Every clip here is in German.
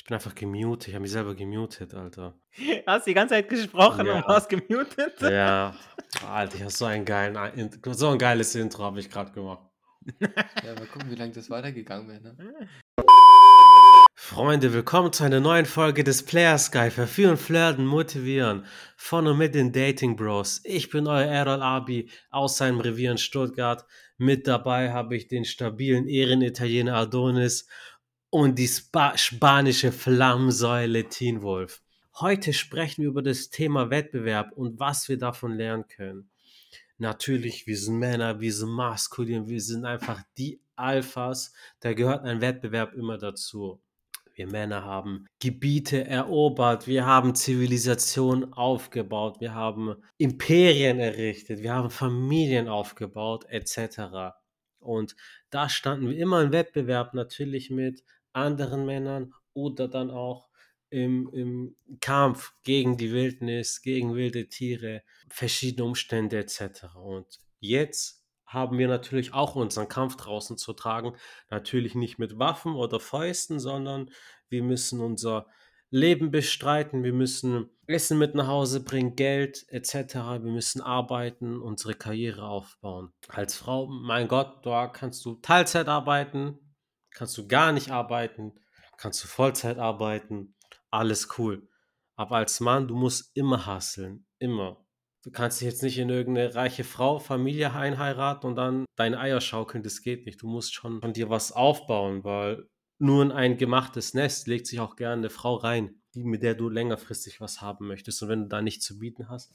bin einfach gemutet. Ich habe mich selber gemutet, Alter. Hast die ganze Zeit gesprochen Ja, und warst gemutet? ja. Alter, ich habe so ein geiles Intro habe ich gerade gemacht. Ja, mal gucken, wie lange das weitergegangen wäre, ne? Freunde, willkommen zu einer neuen Folge des Players Guy. Verführen, flirten, motivieren. Von und mit den Dating Bros. Ich bin euer Errol Abi aus seinem Revier in Stuttgart. Mit dabei habe ich den stabilen Ehrenitaliener Adonis und die spanische Flammsäule Teen Wolf. Heute sprechen wir über das Thema Wettbewerb und was wir davon lernen können. Natürlich, wir sind Männer, wir sind maskulin, wir sind einfach die Alphas. Da gehört ein Wettbewerb immer dazu. Wir Männer haben Gebiete erobert, wir haben Zivilisationen aufgebaut, wir haben Imperien errichtet, wir haben Familien aufgebaut, etc. Und da standen wir immer im Wettbewerb natürlich mit anderen Männern oder dann auch im Kampf gegen die Wildnis, gegen wilde Tiere, verschiedene Umstände etc. Und jetzt haben wir natürlich auch unseren Kampf draußen zu tragen. Natürlich nicht mit Waffen oder Fäusten, sondern wir müssen unser Leben bestreiten, wir müssen Essen mit nach Hause bringen, Geld etc. Wir müssen arbeiten, unsere Karriere aufbauen. Als Frau, mein Gott, da kannst du Teilzeit arbeiten, kannst du gar nicht arbeiten, kannst du Vollzeit arbeiten, alles cool. Aber als Mann, du musst immer hustlen, immer. Du kannst dich jetzt nicht in irgendeine reiche Frau, Familie einheiraten und dann deine Eier schaukeln, das geht nicht. Du musst schon von dir was aufbauen, weil nur in ein gemachtes Nest legt sich auch gerne eine Frau rein, mit der du längerfristig was haben möchtest. Und wenn du da nichts zu bieten hast,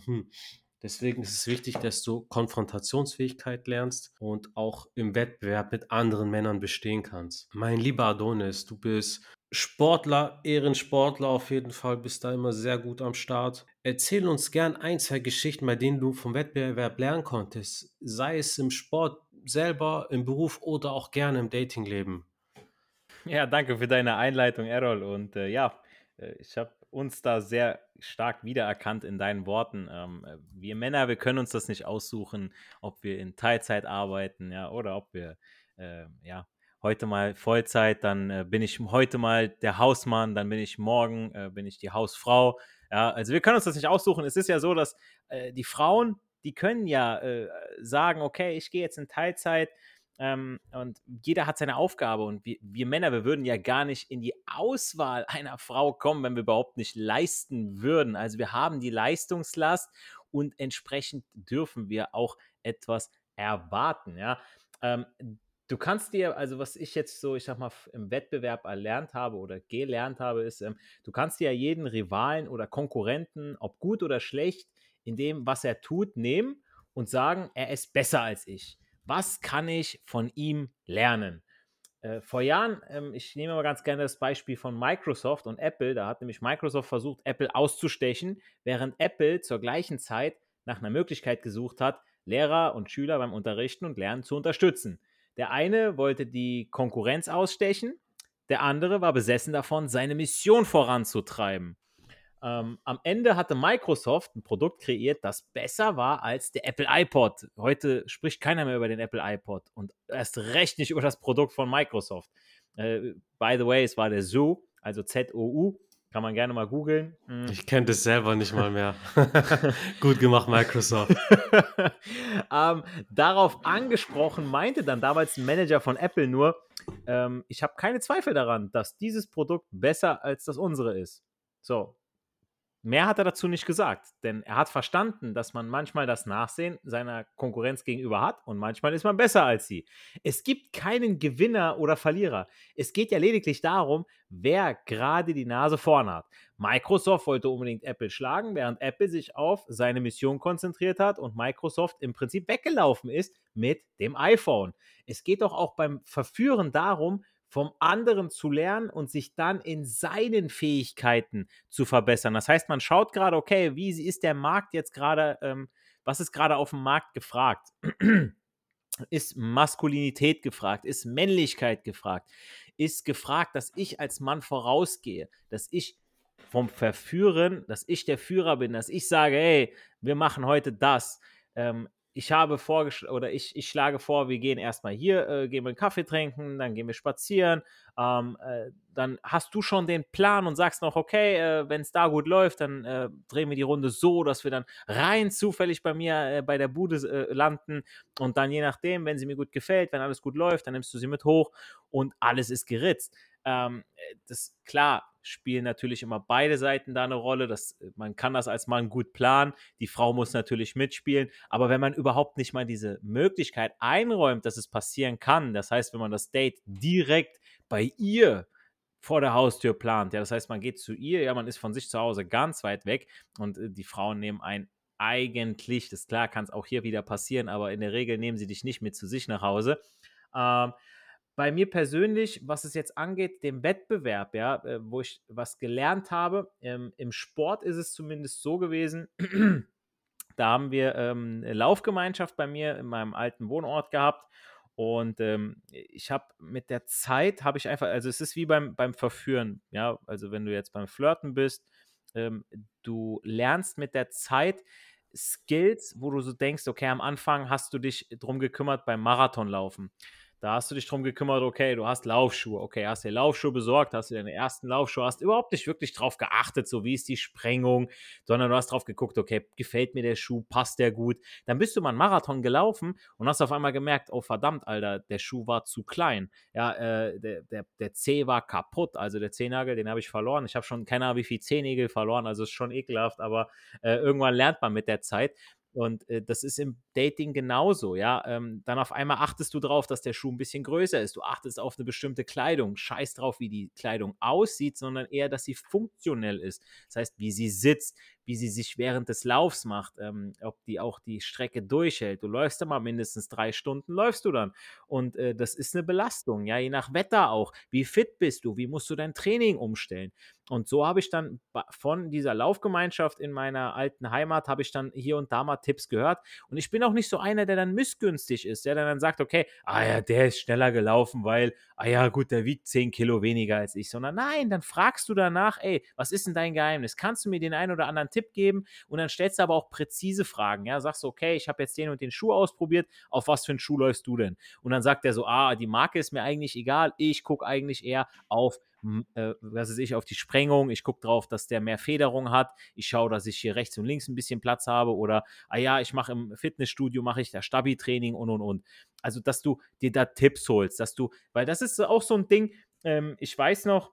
deswegen ist es wichtig, dass du Konfrontationsfähigkeit lernst und auch im Wettbewerb mit anderen Männern bestehen kannst. Mein lieber Adonis, du bist Sportler, Ehrensportler auf jeden Fall, bist da immer sehr gut am Start. Erzähl uns gern ein, zwei Geschichten, bei denen du vom Wettbewerb lernen konntest. Sei es im Sport selber, im Beruf oder auch gerne im Datingleben. Ja, danke für deine Einleitung, Errol. Und ich habe uns da sehr stark wiedererkannt in deinen Worten. Wir Männer, wir können uns das nicht aussuchen, ob wir in Teilzeit arbeiten, ja, oder ob wir heute mal Vollzeit, dann bin ich heute mal der Hausmann, dann bin ich morgen bin ich die Hausfrau. Ja, also wir können uns das nicht aussuchen. Es ist ja so, dass die Frauen, die können ja sagen, okay, ich gehe jetzt in Teilzeit. Und jeder hat seine Aufgabe und wir Männer, wir würden ja gar nicht in die Auswahl einer Frau kommen, wenn wir überhaupt nicht leisten würden. Also wir haben die Leistungslast und entsprechend dürfen wir auch etwas erwarten. Ja? Ähm, Du kannst dir, also was ich jetzt so, ich sag mal, im Wettbewerb erlernt habe oder gelernt habe, ist, du kannst dir ja jeden Rivalen oder Konkurrenten, ob gut oder schlecht, in dem, was er tut, nehmen und sagen, er ist besser als ich. Was kann ich von ihm lernen? Vor Jahren, ich nehme aber ganz gerne das Beispiel von Microsoft und Apple. Da hat nämlich Microsoft versucht, Apple auszustechen, während Apple zur gleichen Zeit nach einer Möglichkeit gesucht hat, Lehrer und Schüler beim Unterrichten und Lernen zu unterstützen. Der eine wollte die Konkurrenz ausstechen, der andere war besessen davon, seine Mission voranzutreiben. Am Ende hatte Microsoft ein Produkt kreiert, das besser war als der Apple iPod. Heute spricht keiner mehr über den Apple iPod und erst recht nicht über das Produkt von Microsoft. By the way, es war der Zoo, also ZOU. Kann man gerne mal googeln. Ich kenne das selber nicht mal mehr. Gut gemacht, Microsoft. Darauf angesprochen meinte dann damals ein Manager von Apple nur, ich habe keine Zweifel daran, dass dieses Produkt besser als das unsere ist. So, mehr hat er dazu nicht gesagt, denn er hat verstanden, dass man manchmal das Nachsehen seiner Konkurrenz gegenüber hat und manchmal ist man besser als sie. Es gibt keinen Gewinner oder Verlierer. Es geht ja lediglich darum, wer gerade die Nase vorn hat. Microsoft wollte unbedingt Apple schlagen, während Apple sich auf seine Mission konzentriert hat und Microsoft im Prinzip weggelaufen ist mit dem iPhone. Es geht doch auch beim Verführen darum, vom anderen zu lernen und sich dann in seinen Fähigkeiten zu verbessern. Das heißt, man schaut gerade, okay, wie ist der Markt jetzt gerade, was ist gerade auf dem Markt gefragt? Ist Maskulinität gefragt? Ist Männlichkeit gefragt? Ist gefragt, dass ich als Mann vorausgehe, dass ich vom Verführen, dass ich der Führer bin, dass ich sage, hey, wir machen heute das. ich habe vorgeschlagen, oder ich schlage vor, wir gehen erstmal hier, gehen wir einen Kaffee trinken, dann gehen wir spazieren. Dann hast du schon den Plan und sagst noch, okay, wenn es da gut läuft, dann drehen wir die Runde so, dass wir dann rein zufällig bei mir bei der Bude landen, und dann je nachdem, wenn sie mir gut gefällt, wenn alles gut läuft, dann nimmst du sie mit hoch und alles ist geritzt. Das klar, spielen natürlich immer beide Seiten da eine Rolle. Man kann das als Mann gut planen. Die Frau muss natürlich mitspielen. Aber wenn man überhaupt nicht mal diese Möglichkeit einräumt, dass es passieren kann, das heißt, wenn man das Date direkt bei ihr vor der Haustür plant, ja, das heißt, man geht zu ihr, ja, man ist von sich zu Hause ganz weit weg, und die Frauen nehmen einen eigentlich, das klar, kann es auch hier wieder passieren, aber in der Regel nehmen sie dich nicht mit zu sich nach Hause. Ähm, Bei mir persönlich, was es jetzt angeht, dem Wettbewerb, ja, wo ich was gelernt habe, im Sport ist es zumindest so gewesen, da haben wir eine Laufgemeinschaft bei mir in meinem alten Wohnort gehabt, und ich habe mit der Zeit, habe ich einfach, also es ist wie beim Verführen, ja, also wenn du jetzt beim Flirten bist, du lernst mit der Zeit Skills, wo du so denkst, okay, am Anfang hast du dich drum gekümmert beim Marathonlaufen. Da hast du dich drum gekümmert, okay, du hast Laufschuhe, okay, hast dir Laufschuhe besorgt, hast dir deine ersten Laufschuhe, hast überhaupt nicht wirklich drauf geachtet, so wie ist die Sprengung, sondern du hast drauf geguckt, okay, gefällt mir der Schuh, passt der gut. Dann bist du mal einen Marathon gelaufen und hast auf einmal gemerkt, oh verdammt, Alter, der Schuh war zu klein. Ja, der Zeh war kaputt, also der Zehnagel, den habe ich verloren. Ich habe schon keine Ahnung, wie viel Zehennägel verloren, also ist schon ekelhaft, aber irgendwann lernt man mit der Zeit. Und das ist im Dating genauso, ja. Dann auf einmal achtest du drauf, dass der Schuh ein bisschen größer ist. Du achtest auf eine bestimmte Kleidung. Scheiß drauf, wie die Kleidung aussieht, sondern eher, dass sie funktionell ist. Das heißt, wie sie sitzt, wie sie sich während des Laufs macht, ob die auch die Strecke durchhält. Du läufst immer mindestens 3 Stunden, läufst du dann. Und das ist eine Belastung, ja, je nach Wetter auch. Wie fit bist du? Wie musst du dein Training umstellen? Und so habe ich dann von dieser Laufgemeinschaft in meiner alten Heimat, habe ich dann hier und da mal Tipps gehört. Und ich bin auch nicht so einer, der dann missgünstig ist, der dann sagt, okay, ah ja, der ist schneller gelaufen, weil, ah ja, gut, der wiegt 10 Kilo weniger als ich. Sondern nein, dann fragst du danach, ey, was ist denn dein Geheimnis? Kannst du mir den einen oder anderen Tipp geben? Und dann stellst du aber auch präzise Fragen. Ja, sagst du, okay, ich habe jetzt den und den Schuh ausprobiert. Auf was für einen Schuh läufst du denn? Und dann sagt er so, ah, die Marke ist mir eigentlich egal. Ich gucke eigentlich eher auf was weiß ich, auf die Sprengung. Ich gucke drauf, dass der mehr Federung hat. Ich schaue, dass ich hier rechts und links ein bisschen Platz habe. Oder, ah ja, ich mache im Fitnessstudio, mache ich da Stabi-Training und. Also, dass du dir da Tipps holst, weil das ist auch so ein Ding, ich weiß noch,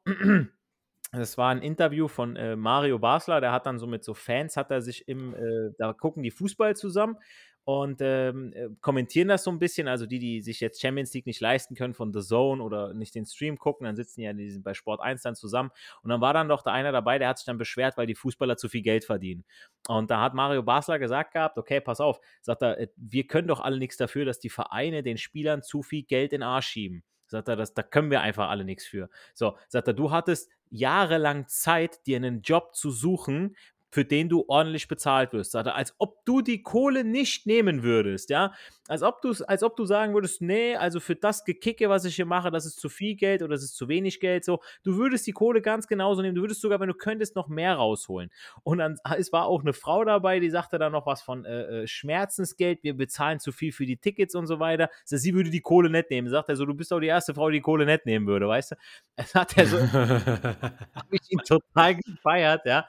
das war ein Interview von Mario Basler, der hat dann so mit so Fans, hat er sich da gucken die Fußball zusammen und kommentieren das so ein bisschen, also die sich jetzt Champions League nicht leisten können von The Zone oder nicht den Stream gucken, dann sitzen die sind bei Sport 1 dann zusammen, und dann war dann doch da einer dabei, der hat sich dann beschwert, weil die Fußballer zu viel Geld verdienen. Und da hat Mario Basler gesagt gehabt, okay, pass auf, sagt er, wir können doch alle nichts dafür, dass die Vereine den Spielern zu viel Geld in den Arsch schieben. Sagt er, da können wir einfach alle nichts für. So, sagt er, du hattest jahrelang Zeit, dir einen Job zu suchen, für den du ordentlich bezahlt wirst. Sagt er, als ob du die Kohle nicht nehmen würdest, ja. Als ob du sagen würdest, nee, also für das Gekicke, was ich hier mache, das ist zu viel Geld oder das ist zu wenig Geld, so. Du würdest die Kohle ganz genauso nehmen. Du würdest sogar, wenn du könntest, noch mehr rausholen. Und dann, es war auch eine Frau dabei, die sagte dann noch was von Schmerzensgeld, wir bezahlen zu viel für die Tickets und so weiter. Also sie würde die Kohle nicht nehmen. Sagt er so, du bist doch die erste Frau, die Kohle nicht nehmen würde, weißt du? Das hat er so, habe ich ihn total gefeiert, ja.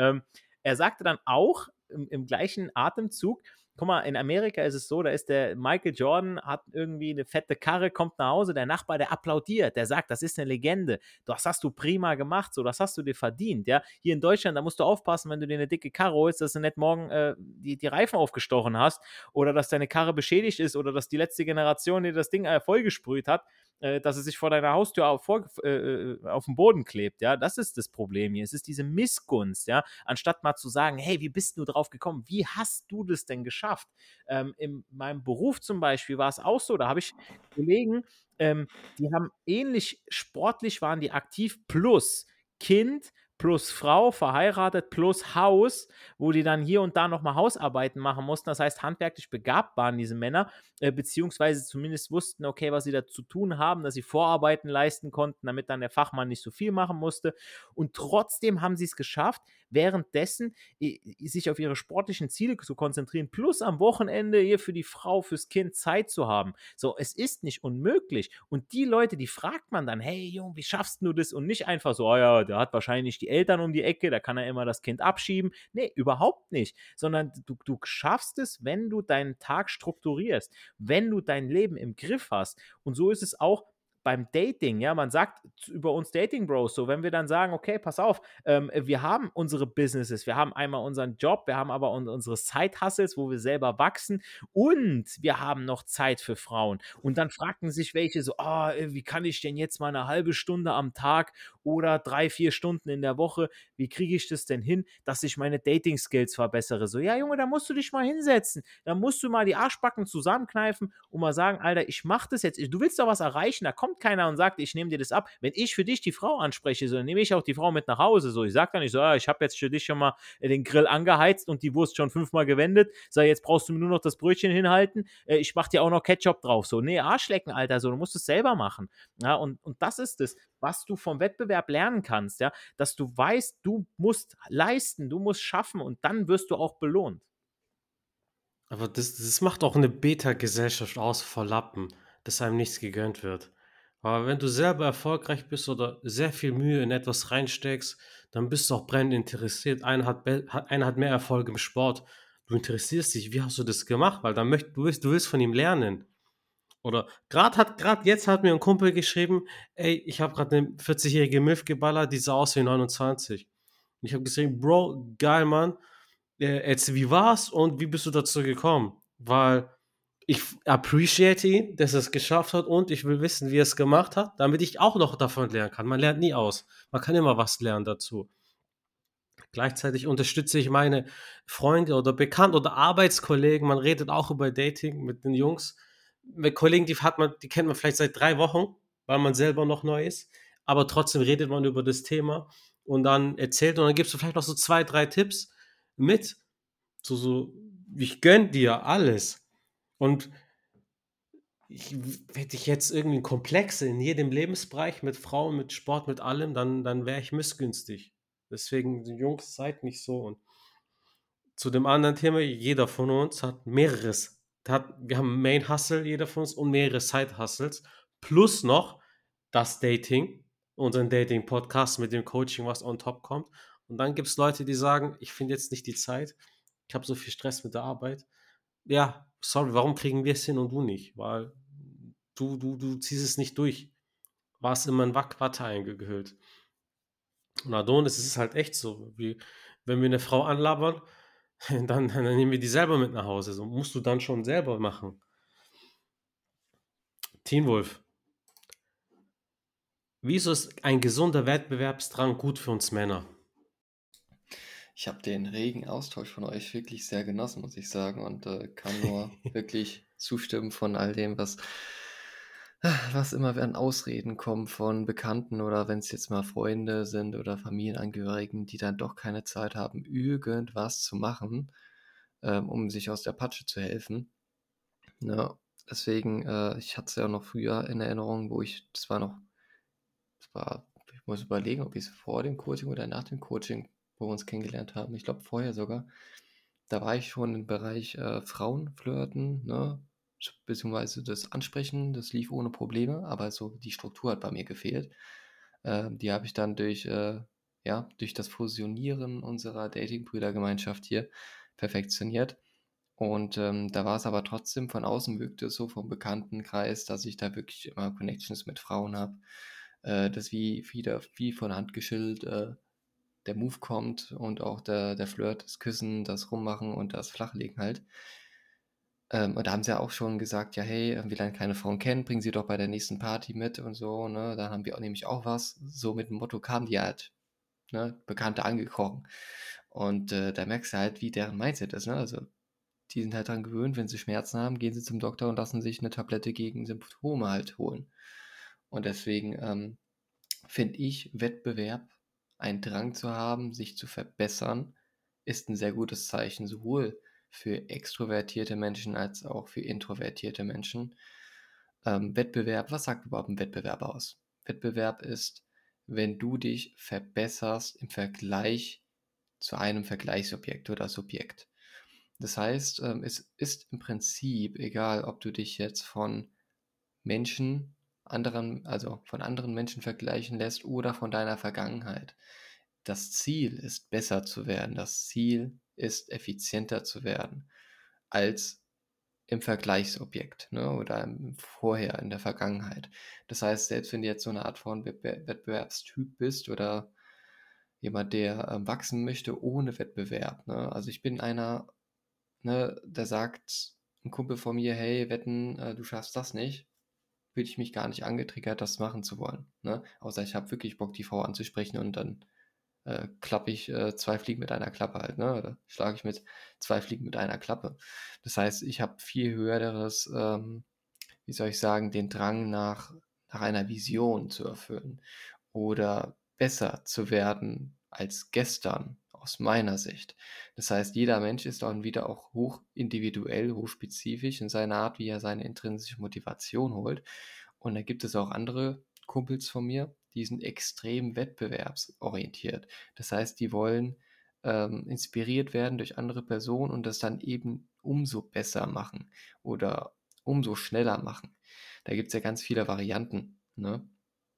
Er sagte dann auch im gleichen Atemzug, guck mal, in Amerika ist es so, da ist der Michael Jordan, hat irgendwie eine fette Karre, kommt nach Hause, der Nachbar, der applaudiert, der sagt, das ist eine Legende, das hast du prima gemacht, so, das hast du dir verdient, ja. Hier in Deutschland, da musst du aufpassen, wenn du dir eine dicke Karre holst, dass du nicht morgen die Reifen aufgestochen hast oder dass deine Karre beschädigt ist oder dass die letzte Generation dir das Ding vollgesprüht hat, dass es sich vor deiner Haustür auf dem Boden klebt, ja, das ist das Problem hier. Es ist diese Missgunst, ja, anstatt mal zu sagen, hey, wie bist du drauf gekommen? Wie hast du das denn geschafft? In meinem Beruf zum Beispiel war es auch so, da habe ich Kollegen, die haben ähnlich sportlich, waren die aktiv, plus Kind, plus Frau, verheiratet, plus Haus, wo die dann hier und da nochmal Hausarbeiten machen mussten. Das heißt, handwerklich begabt waren diese Männer, beziehungsweise zumindest wussten, okay, was sie da zu tun haben, dass sie Vorarbeiten leisten konnten, damit dann der Fachmann nicht so viel machen musste. Und trotzdem haben sie es geschafft, währenddessen sich auf ihre sportlichen Ziele zu konzentrieren, plus am Wochenende hier für die Frau, fürs Kind Zeit zu haben. So, es ist nicht unmöglich. Und die Leute, die fragt man dann, hey Junge, wie schaffst du das? Und nicht einfach so, oh ja, der hat wahrscheinlich die Eltern um die Ecke, da kann er immer das Kind abschieben. Nee, überhaupt nicht. Sondern du schaffst es, wenn du deinen Tag strukturierst, wenn du dein Leben im Griff hast. Und so ist es auch beim Dating, ja, man sagt über uns Dating Bros so, wenn wir dann sagen, okay, pass auf, wir haben unsere Businesses, wir haben einmal unseren Job, wir haben aber unsere Side-Hustles, wo wir selber wachsen und wir haben noch Zeit für Frauen. Und dann fragten sich welche so, wie kann ich denn jetzt mal eine halbe Stunde am Tag oder 3, 4 Stunden in der Woche, wie kriege ich das denn hin, dass ich meine Dating-Skills verbessere? So, ja Junge, da musst du dich mal hinsetzen, da musst du mal die Arschbacken zusammenkneifen und mal sagen, Alter, ich mach das jetzt, du willst doch was erreichen, da kommt keiner und sagt, ich nehme dir das ab. Wenn ich für dich die Frau anspreche, so, dann nehme ich auch die Frau mit nach Hause, so, ich sag dann nicht so, ich habe jetzt für dich schon mal den Grill angeheizt und die Wurst schon 5-mal gewendet, so, jetzt brauchst du mir nur noch das Brötchen hinhalten, ich mach dir auch noch Ketchup drauf, so, nee, Arschlecken, Alter, so, du musst es selber machen, ja, und das ist es, was du vom Wettbewerb lernen kannst, ja, dass du weißt, du musst leisten, du musst schaffen und dann wirst du auch belohnt. Aber das macht auch eine Beta-Gesellschaft aus vor Lappen, dass einem nichts gegönnt wird. Aber wenn du selber erfolgreich bist oder sehr viel Mühe in etwas reinsteckst, dann bist du auch brennend interessiert. Einer hat mehr Erfolg im Sport. Du interessierst dich, wie hast du das gemacht? Weil du willst von ihm lernen. Oder gerade jetzt hat mir ein Kumpel geschrieben, ey, ich habe gerade eine 40-jährige Milf geballert, die sah aus wie 29. Und ich habe geschrieben, Bro, geil, Mann. Erzähl, wie war's und wie bist du dazu gekommen? Weil ich appreciate ihn, dass er es geschafft hat und ich will wissen, wie er es gemacht hat, damit ich auch noch davon lernen kann. Man lernt nie aus. Man kann immer was lernen dazu. Gleichzeitig unterstütze ich meine Freunde oder Bekannte oder Arbeitskollegen. Man redet auch über Dating mit den Jungs. Mit Kollegen, die kennt man vielleicht seit 3 Wochen, weil man selber noch neu ist. Aber trotzdem redet man über das Thema und dann erzählt und dann gibst du vielleicht noch so 2, 3 Tipps mit. So, ich gönn dir alles. Und hätte ich jetzt irgendwie Komplexe in jedem Lebensbereich mit Frauen, mit Sport, mit allem, dann wäre ich missgünstig. Deswegen, die Jungs, seid nicht so. Und zu dem anderen Thema, jeder von uns hat mehreres. Wir haben Main Hustle, jeder von uns, und mehrere Side Hustles. Plus noch das Dating, unseren Dating-Podcast mit dem Coaching, was on top kommt. Und dann gibt es Leute, die sagen, ich finde jetzt nicht die Zeit. Ich habe so viel Stress mit der Arbeit. Ja, sorry, warum kriegen wir es hin und du nicht? Weil du ziehst es nicht durch. Warst immer in Watte eingehüllt. Und Adonis ist es halt echt so, wie wenn wir eine Frau anlabern, dann nehmen wir die selber mit nach Hause. So musst du dann schon selber machen. Teen Wolf, wieso ist ein gesunder Wettbewerbsdrang gut für uns Männer? Ich habe den regen Austausch von euch wirklich sehr genossen, muss ich sagen, und kann nur wirklich zustimmen von all dem, was immer an Ausreden kommt von Bekannten oder wenn es jetzt mal Freunde sind oder Familienangehörigen, die dann doch keine Zeit haben, irgendwas zu machen, um sich aus der Patsche zu helfen. Ne? Deswegen, ich hatte es ja noch früher in Erinnerung, ich muss überlegen, ob ich es vor dem Coaching oder nach dem Coaching, wo wir uns kennengelernt haben. Ich glaube vorher sogar. Da war ich schon im Bereich Frauenflirten, ne? Beziehungsweise das Ansprechen, das lief ohne Probleme, aber so die Struktur hat bei mir gefehlt. Die habe ich dann durch das Fusionieren unserer Dating-Brüdergemeinschaft hier perfektioniert. Und da war es aber trotzdem, von außen wirkte es so vom Bekanntenkreis, dass ich da wirklich immer Connections mit Frauen habe. Das wie von Hand geschüttelt, der Move kommt und auch der Flirt, das Küssen, das Rummachen und das Flachlegen halt. Und da haben sie ja auch schon gesagt, ja, hey, wir lernen keine Frauen kennen, bringen sie doch bei der nächsten Party mit und so, ne? Da haben wir auch nämlich auch was. So mit dem Motto kamen die halt, ne, Bekannte angekrochen. Und da merkst du halt, wie deren Mindset ist, ne? Also die sind halt dran gewöhnt, wenn sie Schmerzen haben, gehen sie zum Doktor und lassen sich eine Tablette gegen Symptome halt holen. Und deswegen finde ich Wettbewerb einen Drang zu haben, sich zu verbessern, ist ein sehr gutes Zeichen, sowohl für extrovertierte Menschen als auch für introvertierte Menschen. Wettbewerb, was sagt überhaupt ein Wettbewerb aus? Wettbewerb ist, wenn du dich verbesserst im Vergleich zu einem Vergleichsobjekt oder Subjekt. Das heißt, es ist im Prinzip egal, ob du dich jetzt von Menschen also von anderen Menschen vergleichen lässt oder von deiner Vergangenheit. Das Ziel ist, besser zu werden. Das Ziel ist, effizienter zu werden als im Vergleichsobjekt, ne, oder vorher in der Vergangenheit. Das heißt, selbst wenn du jetzt so eine Art von Wettbewerbstyp bist oder jemand, der, wachsen möchte ohne Wettbewerb, ne? Also, ich bin einer, ne, der sagt 'n Kumpel von mir: „Hey, wetten, du schaffst das nicht“, fühle ich mich gar nicht angetriggert, das machen zu wollen, ne? Außer ich habe wirklich Bock, die Frau anzusprechen und dann, klappe ich, 2 Fliegen mit einer Klappe halt, ne? Oder schlage ich mit 2 Fliegen mit einer Klappe. Das heißt, ich habe viel höheres, wie soll ich sagen, den Drang nach einer Vision zu erfüllen oder besser zu werden als gestern aus meiner Sicht. Das heißt, jeder Mensch ist dann wieder auch hoch individuell, hochspezifisch in seiner Art, wie er seine intrinsische Motivation holt. Und da gibt es auch andere Kumpels von mir, die sind extrem wettbewerbsorientiert. Das heißt, die wollen, inspiriert werden durch andere Personen und das dann eben umso besser machen oder umso schneller machen. Da gibt's ja ganz viele Varianten, ne?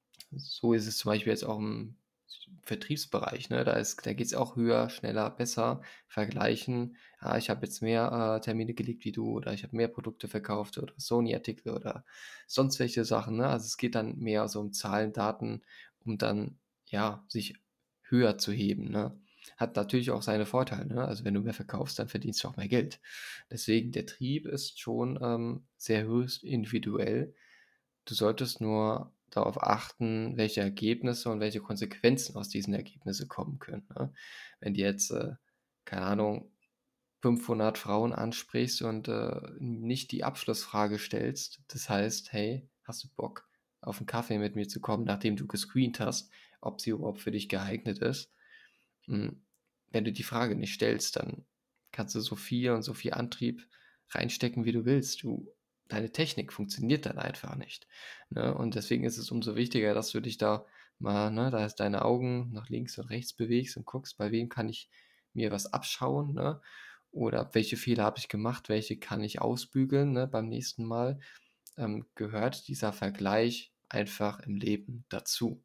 So ist es zum Beispiel jetzt auch im Vertriebsbereich, ne? Da geht's auch höher, schneller, besser, vergleichen. Ah, ich habe jetzt mehr, Termine gelegt wie du oder ich habe mehr Produkte verkauft oder Sony-Artikel oder sonst welche Sachen, ne? Also, es geht dann mehr so um Zahlen, Daten, um dann, ja, sich höher zu heben, ne? Hat natürlich auch seine Vorteile, ne? Also, wenn du mehr verkaufst, dann verdienst du auch mehr Geld. Deswegen, der Trieb ist schon, sehr höchst individuell. Du solltest nur darauf achten, welche Ergebnisse und welche Konsequenzen aus diesen Ergebnissen kommen können, ne? Wenn du jetzt, keine Ahnung, 500 Frauen ansprichst und, nicht die Abschlussfrage stellst, das heißt: „Hey, hast du Bock, auf 'n Kaffee mit mir zu kommen, nachdem du gescreent hast, ob sie überhaupt für dich geeignet ist?“ hm, Wenn du die Frage nicht stellst, dann kannst du so viel Antrieb reinstecken, wie du willst. Deine Technik funktioniert dann einfach nicht, ne? Und deswegen ist es umso wichtiger, dass du dich da mal, ne, da ist deine Augen nach links und rechts bewegst und guckst, bei wem kann ich mir was abschauen, ne? Oder welche Fehler habe ich gemacht, welche kann ich ausbügeln, ne, beim nächsten Mal. Gehört dieser Vergleich einfach im Leben dazu.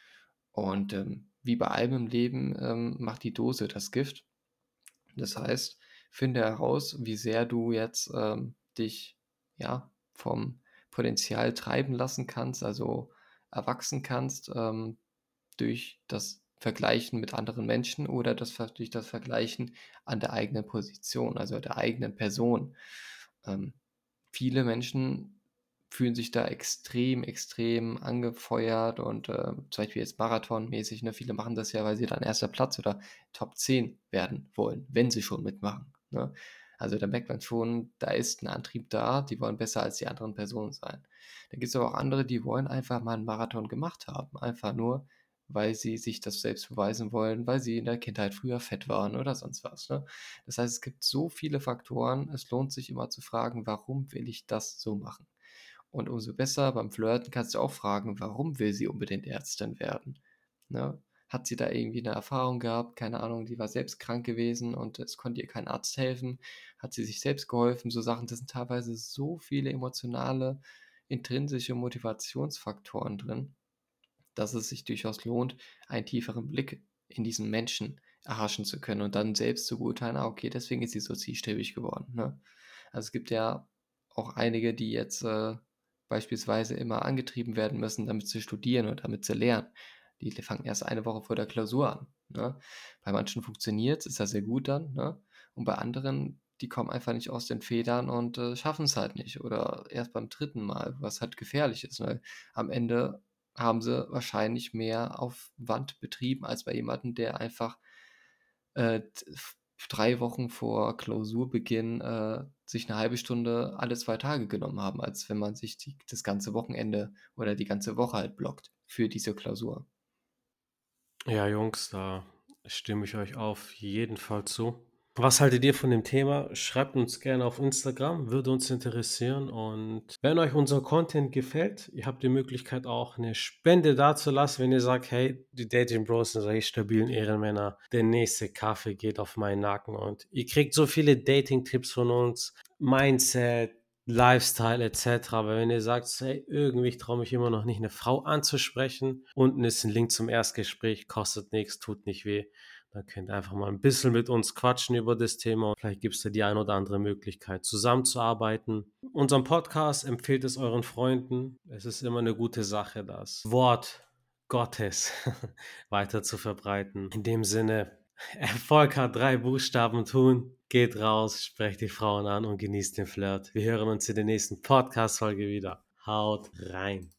Und, wie bei allem im Leben, macht die Dose das Gift. Das heißt, finde heraus, wie sehr du jetzt, dich, ja, vom Potenzial treiben lassen kannst, also erwachsen kannst, durch das Vergleichen mit anderen Menschen oder durch das Vergleichen an der eigenen Position, also der eigenen Person. Ähm, Viele Menschen fühlen sich da extrem, extrem angefeuert und, zum Beispiel jetzt marathonmäßig, ne? Viele machen das ja, weil sie dann erster Platz oder Top 10 werden wollen, wenn sie schon mitmachen, ne? Also, da merkt man schon, da ist ein Antrieb da, die wollen besser als die anderen Personen sein. Da gibt es aber auch andere, die wollen einfach mal einen Marathon gemacht haben, einfach nur, weil sie sich das selbst beweisen wollen, weil sie in der Kindheit früher fett waren oder sonst was, ne? Das heißt, es gibt so viele Faktoren, es lohnt sich immer zu fragen: „Warum will ich das so machen?“ Und umso besser beim Flirten kannst du auch fragen: „Warum will sie unbedingt Ärztin werden?“ Ne? Hat sie da irgendwie 'ne Erfahrung gehabt? Keine Ahnung, die war selbst krank gewesen und es konnte ihr kein Arzt helfen. Hat sie sich selbst geholfen? So Sachen, das sind teilweise so viele emotionale, intrinsische Motivationsfaktoren drin, dass es sich durchaus lohnt, einen tieferen Blick in diesen Menschen erhaschen zu können und dann selbst zu beurteilen: „Ah, okay, deswegen ist sie so zielstrebig geworden“, ne? Also, es gibt ja auch einige, die jetzt, beispielsweise immer angetrieben werden müssen, damit sie studieren oder damit sie lernen. Die fangen erst eine Woche vor der Klausur an, ne? Bei manchen funktioniert's, ist ja sehr gut dann, ne? Und bei anderen, die kommen einfach nicht aus den Federn und, schaffen es halt nicht oder erst beim dritten Mal, was halt gefährlich ist, weil am Ende haben sie wahrscheinlich mehr Aufwand betrieben als bei jemandem, der einfach, d f 3 Wochen vor Klausurbeginn, sich eine halbe Stunde alle 2 Tage genommen haben, als wenn man sich das ganze Wochenende oder die ganze Woche halt blockt für diese Klausur. Ja, Jungs, da stimme ich euch auf jeden Fall zu. Was haltet ihr von dem Thema? Schreibt uns gerne auf Instagram, würde uns interessieren. Und wenn euch unser Content gefällt, ihr habt die Möglichkeit auch eine Spende dazulassen, wenn ihr sagt, hey, die Dating Bros sind solche stabilen Ehrenmänner, der nächste Kaffee geht auf meinen Nacken. Und ihr kriegt so viele Dating-Tipps von uns, Mindset, Lifestyle etc. Aber wenn ihr sagt, hey, irgendwie traue mich immer noch nicht, eine Frau anzusprechen, unten ist ein Link zum Erstgespräch, kostet nichts, tut nicht weh. Da könnt ihr einfach mal ein bisschen mit uns quatschen über das Thema. Vielleicht gibt es da die ein oder andere Möglichkeit, zusammenzuarbeiten. Unseren Podcast empfehlt es euren Freunden. Es ist immer eine gute Sache, das Wort Gottes weiter zu verbreiten. In dem Sinne, Erfolg hat 3 Buchstaben tun. Geht raus, sprecht die Frauen an und genießt den Flirt. Wir hören uns in der nächsten Podcast-Folge wieder. Haut rein.